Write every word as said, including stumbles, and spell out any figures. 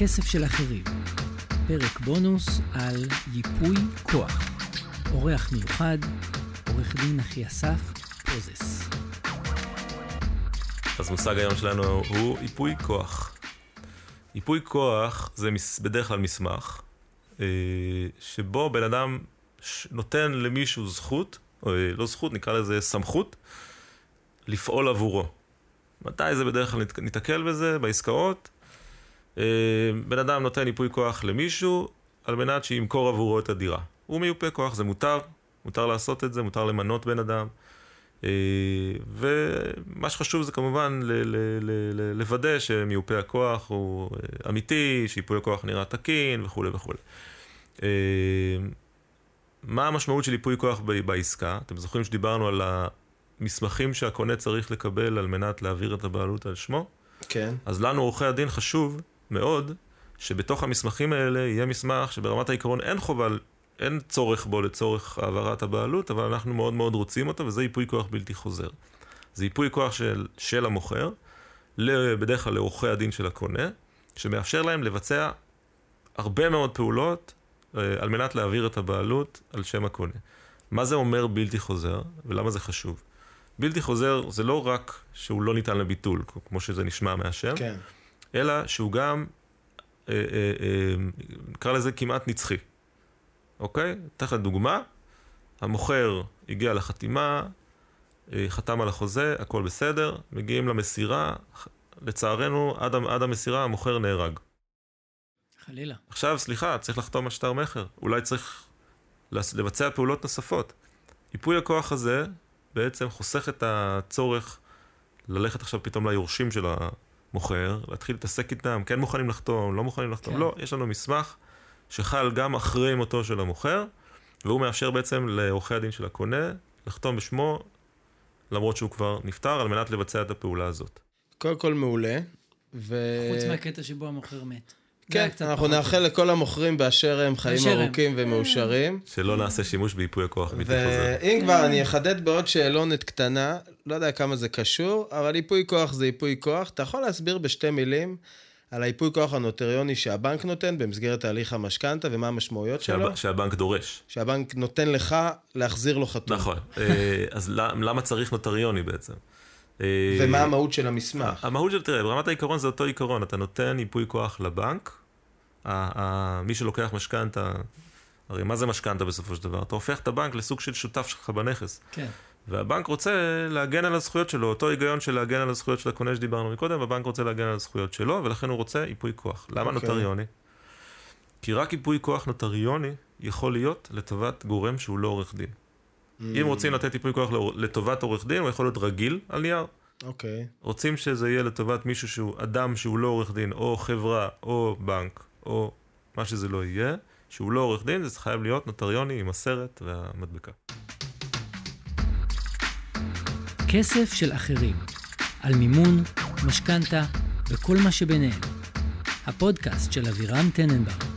כסף של אחרים. פרק בונוס על ייפוי כוח. אורח מיוחד, עורך דין אחי אסף פוזס. אז מושג היום שלנו הוא ייפוי כוח. ייפוי כוח זה בדרך כלל מסמך, שבו בן אדם נותן למישהו זכות, או לא זכות, נקרא לזה סמכות, לפעול עבורו. מתי זה בדרך כלל נתקל בזה? בעסקאות. בן אדם נותן ייפוי כוח למישהו על מנת שימכור עבורו את הדירה. הוא מיופה כוח, זה מותר, מותר לעשות את זה, מותר למנות בן אדם. ומה שחשוב זה כמובן ל- ל- ל- לוודא שמיופה הכוח הוא אמיתי, שיפוי הכוח נראה תקין וכו' וכו'. מה המשמעות של ייפוי כוח בעסקה? אתם זוכרים שדיברנו על המסמכים שהקונה צריך לקבל על מנת להעביר את הבעלות על שמו? כן. אז לנו עורכי הדין חשוב מאוד שבתוך המסמכים האלה יהיה מסמך שברמת העיקרון אין חובה, אין צורך בו לצורך העברת הבעלות, אבל אנחנו מאוד מאוד רוצים אותו, וזה ייפוי כוח בלתי חוזר. זה ייפוי כוח של, של המוכר, בדרך כלל לעורכי הדין של הקונה, שמאפשר להם לבצע הרבה מאוד פעולות על מנת להעביר את הבעלות על שם הקונה. מה זה אומר בלתי חוזר, ולמה זה חשוב? בלתי חוזר זה לא רק שהוא לא ניתן לביטול, כמו שזה נשמע מהשם, כן. אלא שהוא גם, אה, אה, אה, נקרא לזה כמעט נצחי. אוקיי? תחת דוגמה, המוכר הגיע לחתימה, חתם על החוזה, הכל בסדר, מגיעים למסירה, לצערנו, עד, עד המסירה המוכר נהרג. חלילה. עכשיו, סליחה, צריך לחתום על שטר מחר. אולי צריך לבצע פעולות נוספות. ייפוי הכוח הזה בעצם חוסך את הצורך ללכת עכשיו פתאום ליורשים של המוכר, להתחיל להתעסק איתם, כן מוכנים לחתום, לא מוכנים לחתום, כן. לא, יש לנו מסמך שחל גם אחרי מותו של המוכר, והוא מאפשר בעצם לעורכי הדין של הקונה לחתום בשמו, למרות שהוא כבר נפטר, על מנת לבצע את הפעולה הזאת. קודם כל מעולה. ו... חוץ מהקטע שבו המוכר מת. כן, אנחנו נאחל לכל המוכרים באשר הם חיים ארוכים ומאושרים. שלא נעשה שימוש בייפוי הכוח בלתי חוזר. ואם כבר אני אחדד בעוד שאלונת קטנה, לא יודע כמה זה קשור, אבל ייפוי כוח זה ייפוי כוח. אתה יכול להסביר בשתי מילים על הייפוי כוח הנוטריוני שהבנק נותן במסגרת תהליך המשכנתא, ומה המשמעויות שלו? שהבנק דורש. שהבנק נותן לך להחזיר לו חתום. נכון. אז למה צריך נוטריוני בעצם? ומה המהות של המסמך? המהות של, תראה, ברמת העיקרון זה אותו עיקרון. אתה נותן ייפוי כוח לבנק, מי שלוקח משכנתא, הרי מה זה משכנתא בסופו של דבר? אתה הופך את הבנק לסוג של שותף שלך בנכס. כן. והבנק רוצה להגן על הזכויות שלו, אותו היגיון של להגן על הזכויות של הקונה שדיברנו מקודם, הבנק רוצה להגן על הזכויות שלו, ולכן הוא רוצה ייפוי כוח. למה okay. נוטריוני? כי רק ייפוי כוח נוטריוני יכול להיות לטובת גורם שהוא לא עורך דין. Mm. אם רוצים לתת ייפוי כוח לטובת עורך דין, הוא יכול להיות רגיל על נייר. אוקיי. Okay. רוצים שזה יהיה לטובת מישהו שהוא אדם שהוא לא עורך דין, או חברה, או בנק, או מה שזה לא יהיה, שהוא לא עורך דין, זה חייב להיות נוטריוני עם הסרט והמדבקה. כסף של אחרים, על מימון, משכנתא וכל מה שביניהם. הפודקאסט של אבירם טננבאום.